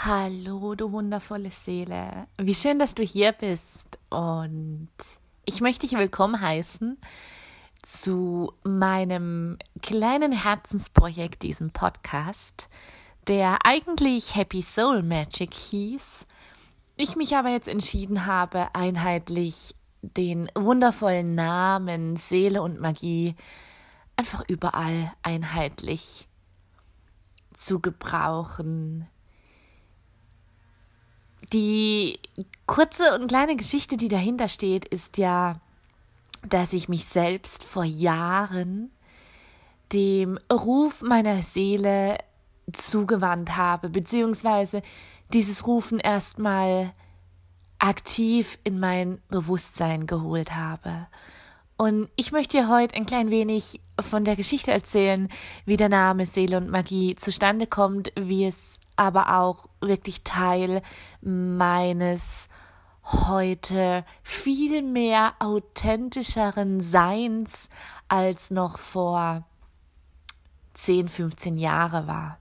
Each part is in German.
Hallo, du wundervolle Seele. Wie schön, dass du hier bist. Und ich möchte dich willkommen heißen zu meinem kleinen Herzensprojekt, diesem Podcast, der eigentlich Happy Soul Magic hieß. Ich mich aber jetzt entschieden habe, einheitlich den wundervollen Namen Seele und Magie einfach überall einheitlich zu gebrauchen. Die kurze und kleine Geschichte, die dahinter steht, ist ja, dass ich mich selbst vor Jahren dem Ruf meiner Seele zugewandt habe, beziehungsweise dieses Rufen erstmal aktiv in mein Bewusstsein geholt habe. Und ich möchte dir heute ein klein wenig von der Geschichte erzählen, wie der Name Seele und Magie zustande kommt, wie es aber auch wirklich Teil meines heute viel mehr authentischeren Seins als noch vor 10, 15 Jahre war.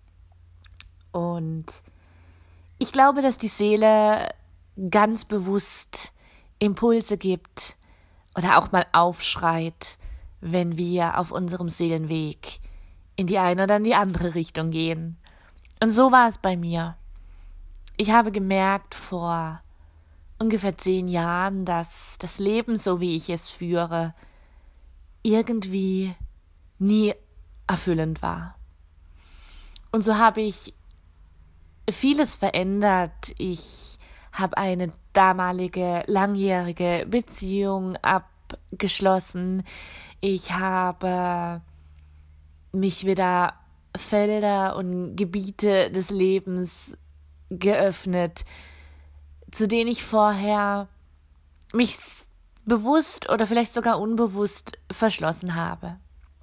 Und ich glaube, dass die Seele ganz bewusst Impulse gibt oder auch mal aufschreit, wenn wir auf unserem Seelenweg in die eine oder in die andere Richtung gehen. Und so war es bei mir. Ich habe gemerkt vor ungefähr 10 Jahren, dass das Leben, so wie ich es führe, irgendwie nie erfüllend war. Und so habe ich vieles verändert. Ich habe eine damalige langjährige Beziehung abgeschlossen. Ich habe mich wieder Felder und Gebiete des Lebens geöffnet, zu denen ich vorher mich bewusst oder vielleicht sogar unbewusst verschlossen habe.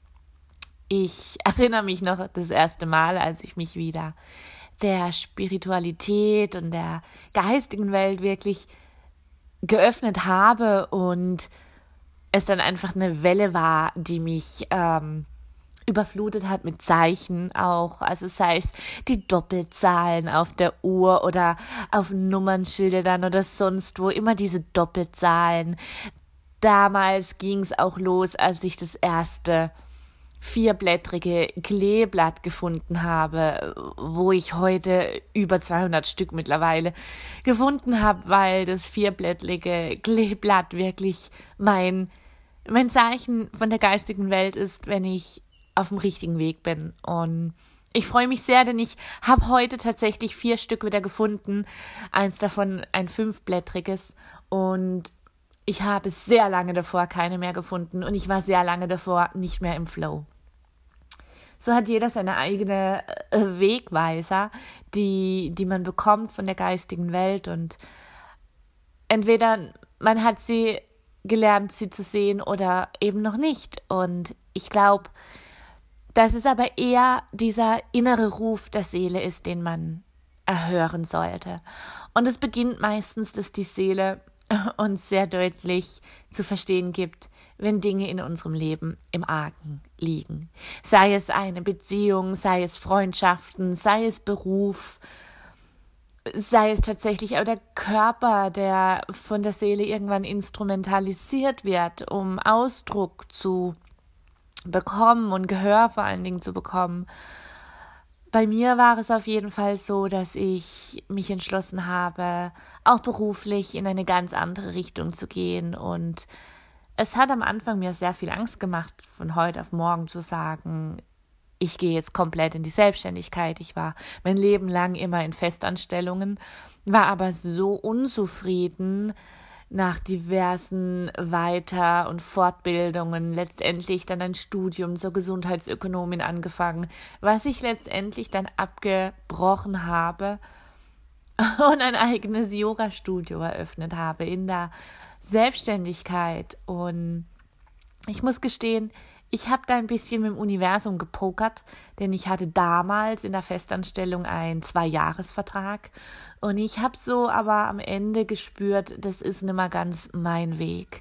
Ich erinnere mich noch das erste Mal, als ich mich wieder der Spiritualität und der geistigen Welt wirklich geöffnet habe und es dann einfach eine Welle war, die mich überflutet hat mit Zeichen auch, also sei es die Doppelzahlen auf der Uhr oder auf Nummernschildern oder sonst wo, immer diese Doppelzahlen. Damals ging es auch los, als ich das erste 4-blättrige Kleeblatt gefunden habe, wo ich heute über 200 Stück mittlerweile gefunden habe, weil das 4-blättrige Kleeblatt wirklich mein Zeichen von der geistigen Welt ist, wenn ich auf dem richtigen Weg bin. Und ich freue mich sehr, denn ich habe heute tatsächlich 4 Stück wieder gefunden, eins davon ein 5-blättriges, und ich habe sehr lange davor keine mehr gefunden und ich war sehr lange davor nicht mehr im Flow. So hat jeder seine eigene Wegweiser, die man bekommt von der geistigen Welt, und entweder man hat sie gelernt, sie zu sehen, oder eben noch nicht. Und ich glaube, dass es aber eher dieser innere Ruf der Seele ist, den man erhören sollte. Und es beginnt meistens, dass die Seele uns sehr deutlich zu verstehen gibt, wenn Dinge in unserem Leben im Argen liegen. Sei es eine Beziehung, sei es Freundschaften, sei es Beruf, sei es tatsächlich auch der Körper, der von der Seele irgendwann instrumentalisiert wird, um Ausdruck zu bekommen und Gehör vor allen Dingen zu bekommen. Bei mir war es auf jeden Fall so, dass ich mich entschlossen habe, auch beruflich in eine ganz andere Richtung zu gehen, und es hat am Anfang mir sehr viel Angst gemacht, von heute auf morgen zu sagen, ich gehe jetzt komplett in die Selbstständigkeit. Ich war mein Leben lang immer in Festanstellungen, war aber so unzufrieden nach diversen Weiter- und Fortbildungen, letztendlich dann ein Studium zur Gesundheitsökonomin angefangen, was ich letztendlich dann abgebrochen habe und ein eigenes Yoga-Studio eröffnet habe in der Selbstständigkeit. Und ich muss gestehen, ich habe da ein bisschen mit dem Universum gepokert, denn ich hatte damals in der Festanstellung einen 2-Jahres-Vertrag und ich habe so aber am Ende gespürt, das ist nicht mehr ganz mein Weg.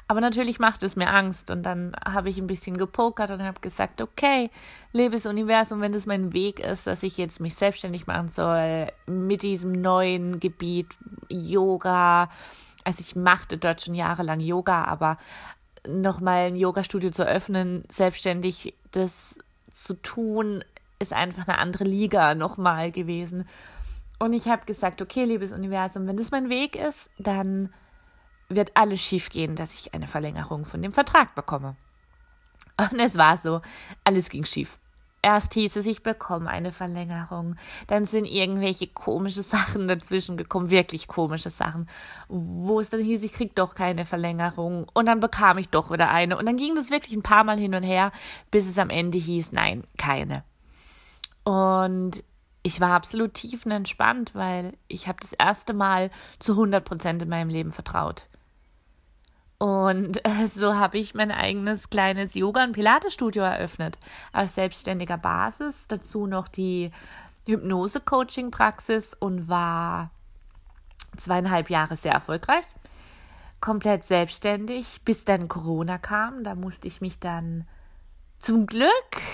Aber natürlich macht es mir Angst und dann habe ich ein bisschen gepokert und habe gesagt, okay, liebes Universum, wenn das mein Weg ist, dass ich jetzt mich selbstständig machen soll mit diesem neuen Gebiet Yoga. Also ich machte dort schon jahrelang Yoga, aber nochmal ein Yoga-Studio zu öffnen, selbstständig das zu tun, ist einfach eine andere Liga nochmal gewesen. Und ich habe gesagt, okay, liebes Universum, wenn das mein Weg ist, dann wird alles schief gehen, dass ich eine Verlängerung von dem Vertrag bekomme. Und es war so, alles ging schief. Erst hieß es, ich bekomme eine Verlängerung. Dann sind irgendwelche komische Sachen dazwischen gekommen, wirklich komische Sachen, wo es dann hieß, ich kriege doch keine Verlängerung. Und dann bekam ich doch wieder eine. Und dann ging das wirklich ein paar Mal hin und her, bis es am Ende hieß, nein, keine. Und ich war absolut tiefenentspannt, weil ich habe das erste Mal zu 100% in meinem Leben vertraut. Und so habe ich mein eigenes kleines Yoga- und Pilates-Studio eröffnet. Auf selbstständiger Basis. Dazu noch die Hypnose-Coaching-Praxis und war 2,5 Jahre sehr erfolgreich. Komplett selbstständig, bis dann Corona kam. Da musste ich mich dann zum Glück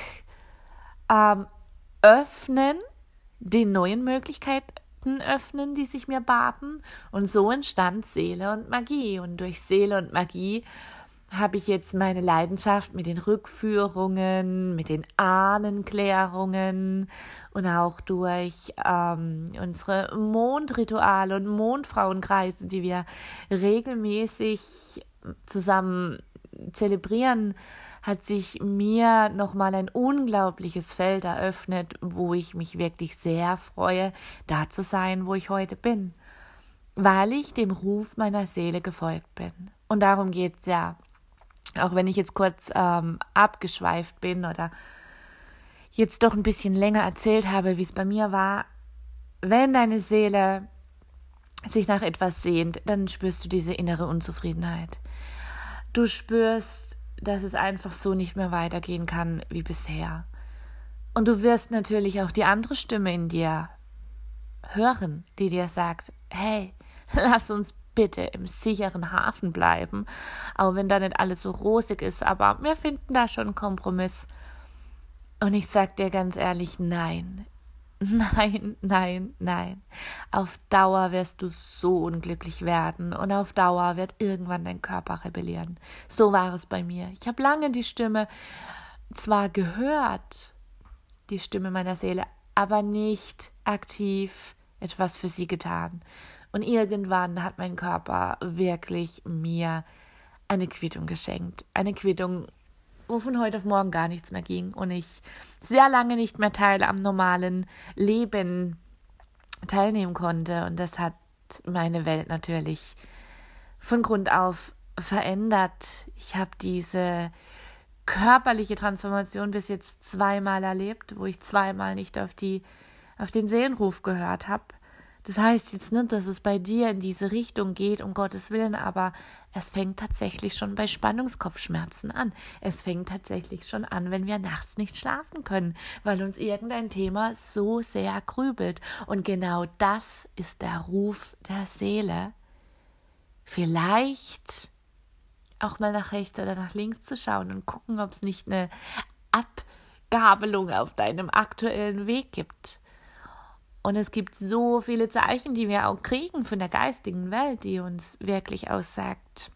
öffnen, den neuen Möglichkeiten öffnen, die sich mir baten. Und so entstand Seele und Magie. Und durch Seele und Magie habe ich jetzt meine Leidenschaft mit den Rückführungen, mit den Ahnenklärungen und auch durch unsere Mondrituale und Mondfrauenkreise, die wir regelmäßig zusammen zelebrieren, hat sich mir nochmal ein unglaubliches Feld eröffnet, wo ich mich wirklich sehr freue, da zu sein, wo ich heute bin, weil ich dem Ruf meiner Seele gefolgt bin. Und darum geht's ja, auch wenn ich jetzt kurz abgeschweift bin oder jetzt doch ein bisschen länger erzählt habe, wie es bei mir war. Wenn deine Seele sich nach etwas sehnt, dann spürst du diese innere Unzufriedenheit. Du spürst, dass es einfach so nicht mehr weitergehen kann wie bisher. Und du wirst natürlich auch die andere Stimme in dir hören, die dir sagt, hey, lass uns bitte im sicheren Hafen bleiben, auch wenn da nicht alles so rosig ist, aber wir finden da schon einen Kompromiss. Und ich sag dir ganz ehrlich, nein. Nein, nein, nein. Auf Dauer wirst du so unglücklich werden und auf Dauer wird irgendwann dein Körper rebellieren. So war es bei mir. Ich habe lange die Stimme zwar gehört, die Stimme meiner Seele, aber nicht aktiv etwas für sie getan. Und irgendwann hat mein Körper wirklich mir eine Quittung geschenkt. Eine Quittung, wo von heute auf morgen gar nichts mehr ging und ich sehr lange nicht mehr am normalen Leben teilnehmen konnte. Und das hat meine Welt natürlich von Grund auf verändert. Ich habe diese körperliche Transformation bis jetzt 2-mal erlebt, wo ich 2-mal nicht auf den Seelenruf gehört habe. Das heißt jetzt nicht, dass es bei dir in diese Richtung geht, um Gottes Willen, aber es fängt tatsächlich schon bei Spannungskopfschmerzen an. Es fängt tatsächlich schon an, wenn wir nachts nicht schlafen können, weil uns irgendein Thema so sehr grübelt. Und genau das ist der Ruf der Seele. Vielleicht auch mal nach rechts oder nach links zu schauen und gucken, ob es nicht eine Abgabelung auf deinem aktuellen Weg gibt. Und es gibt so viele Zeichen, die wir auch kriegen von der geistigen Welt, die uns wirklich aussagt,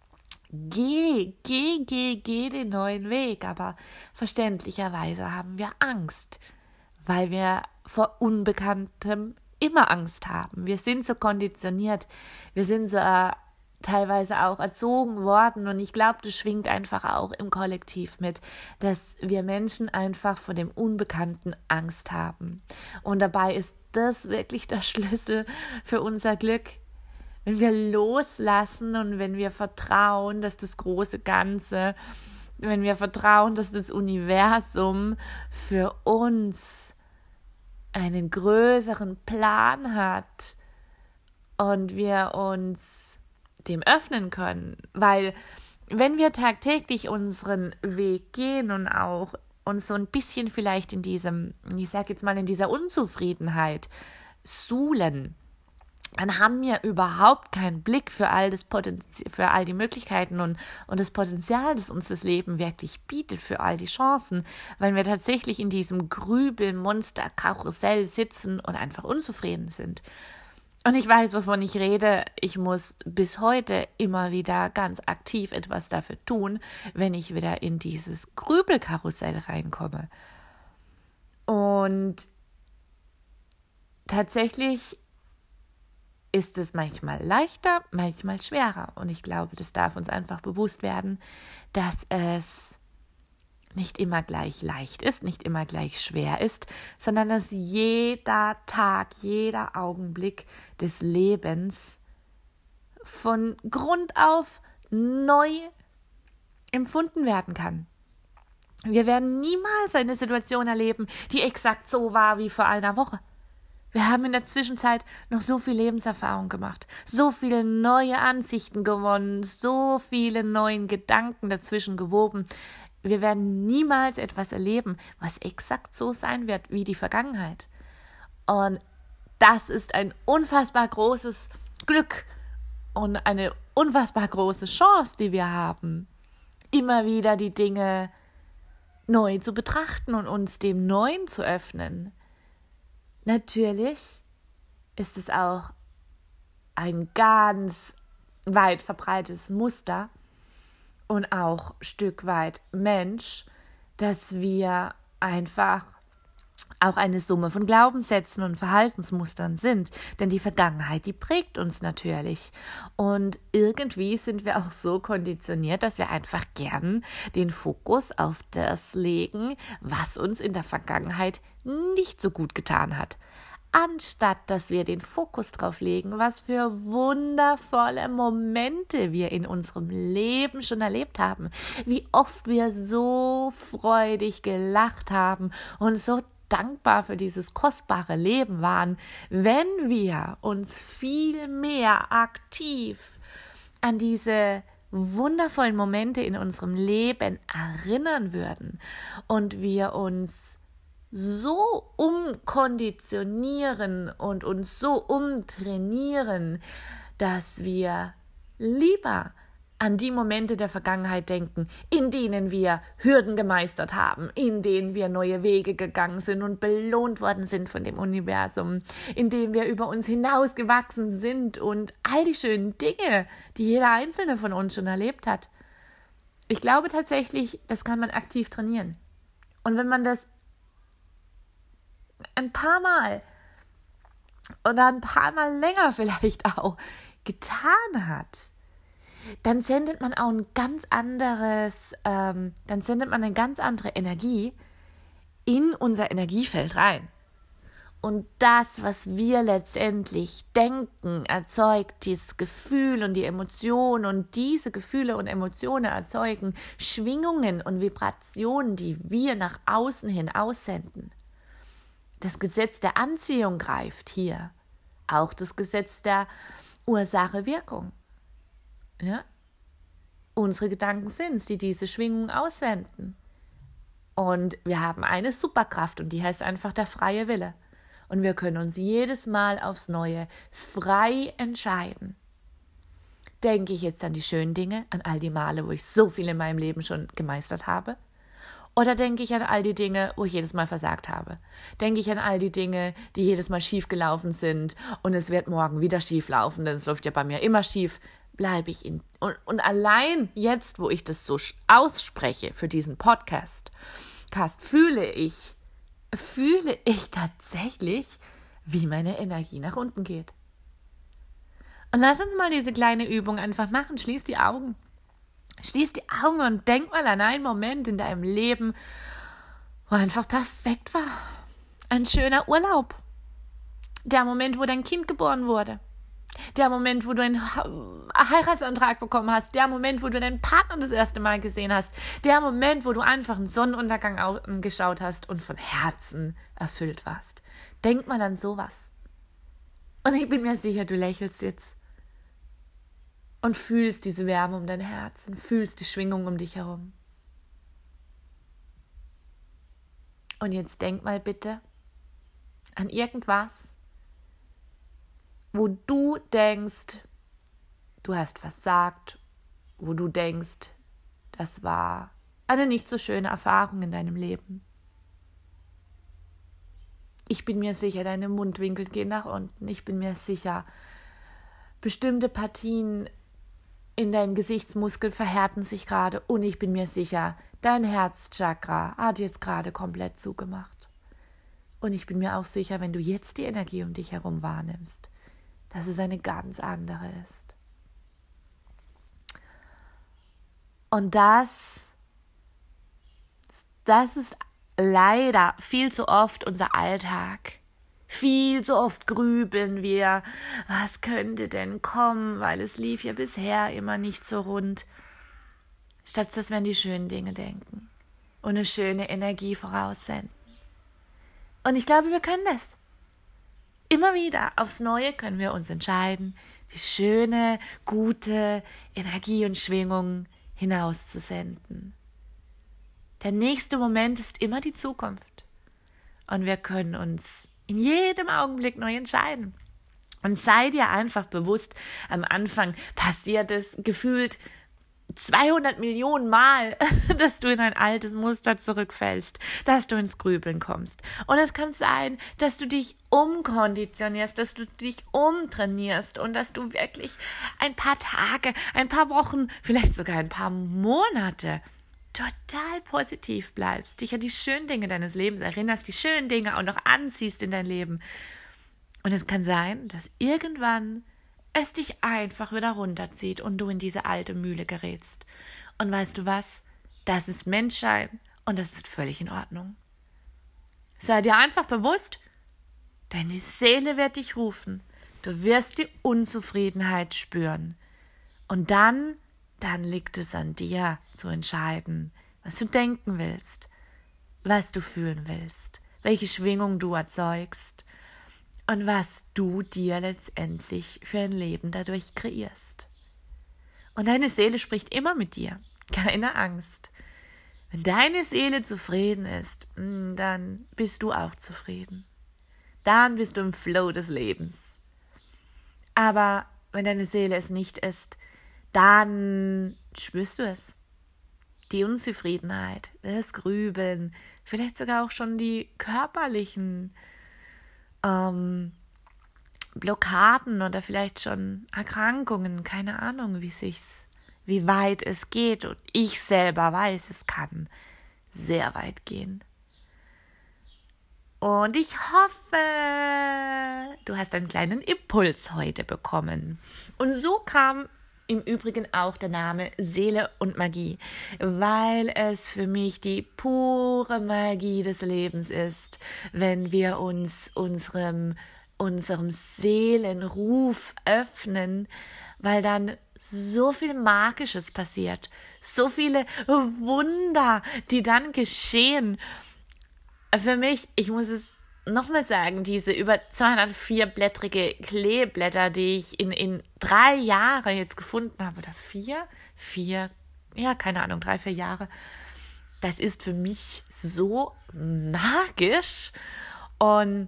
geh den neuen Weg. Aber verständlicherweise haben wir Angst, weil wir vor Unbekanntem immer Angst haben. Wir sind so konditioniert, wir sind so teilweise auch erzogen worden und ich glaube, das schwingt einfach auch im Kollektiv mit, dass wir Menschen einfach vor dem Unbekannten Angst haben. Und dabei ist das wirklich der Schlüssel für unser Glück. Wenn wir loslassen und wenn wir vertrauen, dass das große Ganze, wenn wir vertrauen, dass das Universum für uns einen größeren Plan hat und wir uns dem öffnen können, weil wenn wir tagtäglich unseren Weg gehen und auch uns so ein bisschen vielleicht in diesem, ich sag jetzt mal in dieser Unzufriedenheit suhlen, dann haben wir überhaupt keinen Blick für all für all die Möglichkeiten und das Potenzial, das uns das Leben wirklich bietet, für all die Chancen, weil wir tatsächlich in diesem Grübelmonster-Karussell sitzen und einfach unzufrieden sind. Und ich weiß, wovon ich rede. Ich muss bis heute immer wieder ganz aktiv etwas dafür tun, wenn ich wieder in dieses Grübelkarussell reinkomme. Und tatsächlich ist es manchmal leichter, manchmal schwerer. Und ich glaube, das darf uns einfach bewusst werden, dass es nicht immer gleich leicht ist, nicht immer gleich schwer ist, sondern dass jeder Tag, jeder Augenblick des Lebens von Grund auf neu empfunden werden kann. Wir werden niemals eine Situation erleben, die exakt so war wie vor einer Woche. Wir haben in der Zwischenzeit noch so viel Lebenserfahrung gemacht, so viele neue Ansichten gewonnen, so viele neue Gedanken dazwischen gewoben. Wir werden niemals etwas erleben, was exakt so sein wird wie die Vergangenheit. Und das ist ein unfassbar großes Glück und eine unfassbar große Chance, die wir haben, immer wieder die Dinge neu zu betrachten und uns dem Neuen zu öffnen. Natürlich ist es auch ein ganz weit verbreitetes Muster und auch Stück weit Mensch, dass wir einfach auch eine Summe von Glaubenssätzen und Verhaltensmustern sind. Denn die Vergangenheit, die prägt uns natürlich. Und irgendwie sind wir auch so konditioniert, dass wir einfach gern den Fokus auf das legen, was uns in der Vergangenheit nicht so gut getan hat. Anstatt dass wir den Fokus drauf legen, was für wundervolle Momente wir in unserem Leben schon erlebt haben, wie oft wir so freudig gelacht haben und so dankbar für dieses kostbare Leben waren, wenn wir uns viel mehr aktiv an diese wundervollen Momente in unserem Leben erinnern würden und wir uns so umkonditionieren und uns so umtrainieren, dass wir lieber an die Momente der Vergangenheit denken, in denen wir Hürden gemeistert haben, in denen wir neue Wege gegangen sind und belohnt worden sind von dem Universum, in denen wir über uns hinausgewachsen sind und all die schönen Dinge, die jeder Einzelne von uns schon erlebt hat. Ich glaube tatsächlich, das kann man aktiv trainieren. Und wenn man das ein paar Mal oder ein paar Mal länger vielleicht auch getan hat, dann sendet man auch dann sendet man eine ganz andere Energie in unser Energiefeld rein. Und das, was wir letztendlich denken, erzeugt dieses Gefühl und die Emotion, und diese Gefühle und Emotionen erzeugen Schwingungen und Vibrationen, die wir nach außen hin aussenden. Das Gesetz der Anziehung greift hier. Auch das Gesetz der Ursache-Wirkung. Ja? Unsere Gedanken sind es, die diese Schwingung aussenden. Und wir haben eine Superkraft und die heißt einfach der freie Wille. Und wir können uns jedes Mal aufs Neue frei entscheiden. Denke ich jetzt an die schönen Dinge, an all die Male, wo ich so viel in meinem Leben schon gemeistert habe? Oder denke ich an all die Dinge, wo ich jedes Mal versagt habe? Denke ich an all die Dinge, die jedes Mal schief gelaufen sind und es wird morgen wieder schief laufen, denn es läuft ja bei mir immer schief, bleibe ich in. Und allein jetzt, wo ich das so ausspreche für diesen Podcast, fühle ich tatsächlich, wie meine Energie nach unten geht. Und lass uns mal diese kleine Übung einfach machen. Schließ die Augen. Schließ die Augen und denk mal an einen Moment in deinem Leben, wo einfach perfekt war. Ein schöner Urlaub. Der Moment, wo dein Kind geboren wurde. Der Moment, wo du einen Heiratsantrag bekommen hast. Der Moment, wo du deinen Partner das erste Mal gesehen hast. Der Moment, wo du einfach einen Sonnenuntergang angeschaut hast und von Herzen erfüllt warst. Denk mal an sowas. Und ich bin mir sicher, du lächelst jetzt. Und fühlst diese Wärme um dein Herz und fühlst die Schwingung um dich herum. Und jetzt denk mal bitte an irgendwas, wo du denkst, du hast versagt, wo du denkst, das war eine nicht so schöne Erfahrung in deinem Leben. Ich bin mir sicher, deine Mundwinkel gehen nach unten. Ich bin mir sicher, bestimmte Partien in deinen Gesichtsmuskeln verhärten sich gerade. Und ich bin mir sicher, dein Herzchakra hat jetzt gerade komplett zugemacht. Und ich bin mir auch sicher, wenn du jetzt die Energie um dich herum wahrnimmst, dass es eine ganz andere ist. Und das ist leider viel zu oft unser Alltag. Viel zu oft grübeln wir, was könnte denn kommen, weil es lief ja bisher immer nicht so rund. Statt dass wir an die schönen Dinge denken und eine schöne Energie voraussenden. Und ich glaube, wir können das. Immer wieder aufs Neue können wir uns entscheiden, die schöne, gute Energie und Schwingung hinauszusenden. Der nächste Moment ist immer die Zukunft. Und wir können uns in jedem Augenblick neu entscheiden. Und sei dir einfach bewusst, am Anfang passiert es gefühlt 200 Millionen Mal, dass du in ein altes Muster zurückfällst, dass du ins Grübeln kommst. Und es kann sein, dass du dich umkonditionierst, dass du dich umtrainierst und dass du wirklich ein paar Tage, ein paar Wochen, vielleicht sogar ein paar Monate total positiv bleibst, dich an die schönen Dinge deines Lebens erinnerst, die schönen Dinge auch noch anziehst in dein Leben. Und es kann sein, dass irgendwann es dich einfach wieder runterzieht und du in diese alte Mühle gerätst. Und weißt du was? Das ist Menschsein und das ist völlig in Ordnung. Sei dir einfach bewusst, deine Seele wird dich rufen. Du wirst die Unzufriedenheit spüren. Und dann liegt es an dir zu entscheiden, was du denken willst, was du fühlen willst, welche Schwingung du erzeugst und was du dir letztendlich für ein Leben dadurch kreierst. Und deine Seele spricht immer mit dir, keine Angst. Wenn deine Seele zufrieden ist, dann bist du auch zufrieden. Dann bist du im Flow des Lebens. Aber wenn deine Seele es nicht ist, dann spürst du es. Die Unzufriedenheit, das Grübeln, vielleicht sogar auch schon die körperlichen Blockaden oder vielleicht schon Erkrankungen, keine Ahnung, wie weit es geht. Und ich selber weiß, es kann sehr weit gehen. Und ich hoffe, du hast einen kleinen Impuls heute bekommen. Und so kam im Übrigen auch der Name Seele und Magie, weil es für mich die pure Magie des Lebens ist, wenn wir uns unserem Seelenruf öffnen, weil dann so viel Magisches passiert, so viele Wunder, die dann geschehen. Für mich, ich muss es nochmal sagen, diese über 204-blättrige Kleeblätter, die ich in 3 Jahre jetzt gefunden habe, oder 4, ja, keine Ahnung, 3, 4 Jahre, das ist für mich so magisch. Und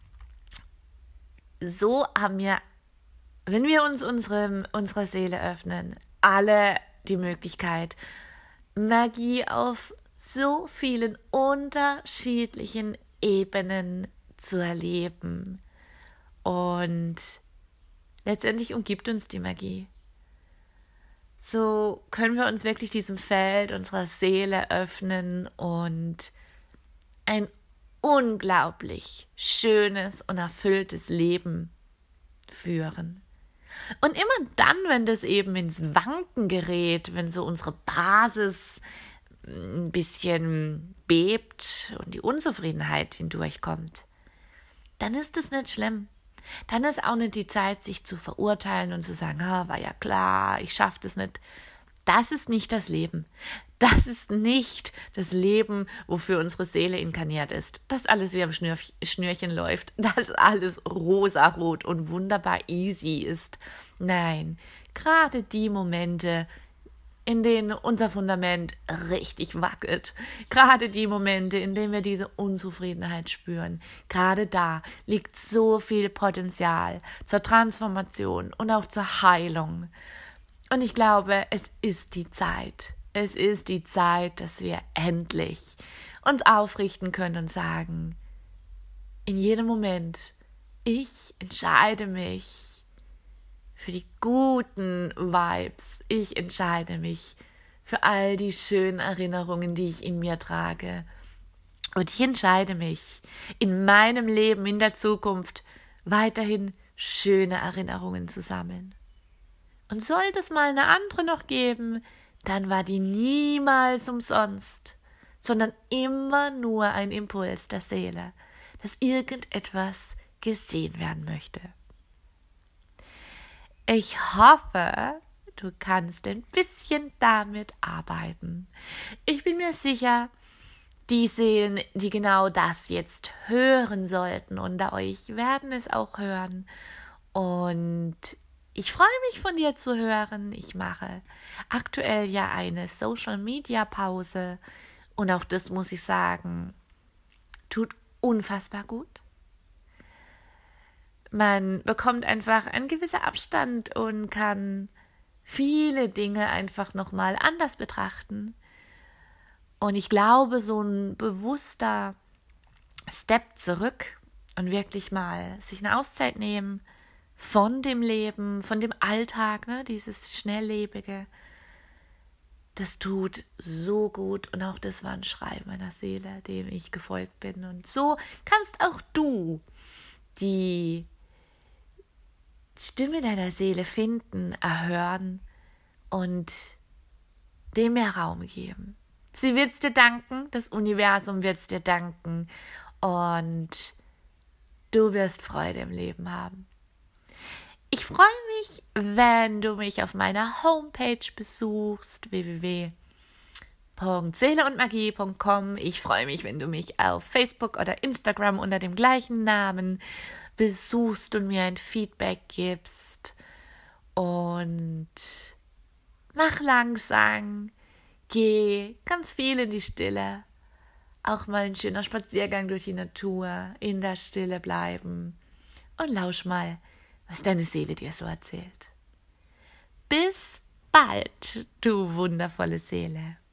so haben wir, wenn wir uns unserer Seele öffnen, alle die Möglichkeit, Magie auf so vielen unterschiedlichen Ebenen zu erleben. Und letztendlich umgibt uns die Magie. So können wir uns wirklich diesem Feld unserer Seele öffnen und ein unglaublich schönes und erfülltes Leben führen. Und immer dann, wenn das eben ins Wanken gerät, wenn so unsere Basis ein bisschen bebt und die Unzufriedenheit hindurchkommt, dann ist es nicht schlimm. Dann ist auch nicht die Zeit, sich zu verurteilen und zu sagen, war ja klar, ich schaffe das nicht. Das ist nicht das Leben. Das ist nicht das Leben, wofür unsere Seele inkarniert ist. Dass alles wie am Schnürchen läuft, dass alles rosarot und wunderbar easy ist. Nein, gerade die Momente, in denen unser Fundament richtig wackelt. Gerade die Momente, in denen wir diese Unzufriedenheit spüren. Gerade da liegt so viel Potenzial zur Transformation und auch zur Heilung. Und ich glaube, es ist die Zeit. Es ist die Zeit, dass wir endlich uns aufrichten können und sagen, in jedem Moment, ich entscheide mich für die guten Vibes. Ich entscheide mich für all die schönen Erinnerungen, die ich in mir trage. Und ich entscheide mich, in meinem Leben, in der Zukunft, weiterhin schöne Erinnerungen zu sammeln. Und sollte es mal eine andere noch geben, dann war die niemals umsonst, sondern immer nur ein Impuls der Seele, dass irgendetwas gesehen werden möchte. Ich hoffe, du kannst ein bisschen damit arbeiten. Ich bin mir sicher, die Seelen, die genau das jetzt hören sollten unter euch, werden es auch hören. Und ich freue mich, von dir zu hören. Ich mache aktuell ja eine Social-Media-Pause. Und auch das, muss ich sagen, tut unfassbar gut. Man bekommt einfach einen gewissen Abstand und kann viele Dinge einfach nochmal anders betrachten. Und ich glaube, so ein bewusster Step zurück und wirklich mal sich eine Auszeit nehmen von dem Leben, von dem Alltag, ne, dieses Schnelllebige, das tut so gut. Und auch das war ein Schrei meiner Seele, dem ich gefolgt bin. Und so kannst auch du die Stimme deiner Seele finden, erhören und dem mehr Raum geben. Sie wird es dir danken, das Universum wird es dir danken und du wirst Freude im Leben haben. Ich freue mich, wenn du mich auf meiner Homepage besuchst, www.seeleundmagie.com. Ich freue mich, wenn du mich auf Facebook oder Instagram unter dem gleichen Namen besuchst und mir ein Feedback gibst. Und mach langsam, geh ganz viel in die Stille. Auch mal ein schöner Spaziergang durch die Natur, in der Stille bleiben und lausch mal, was deine Seele dir so erzählt. Bis bald, du wundervolle Seele.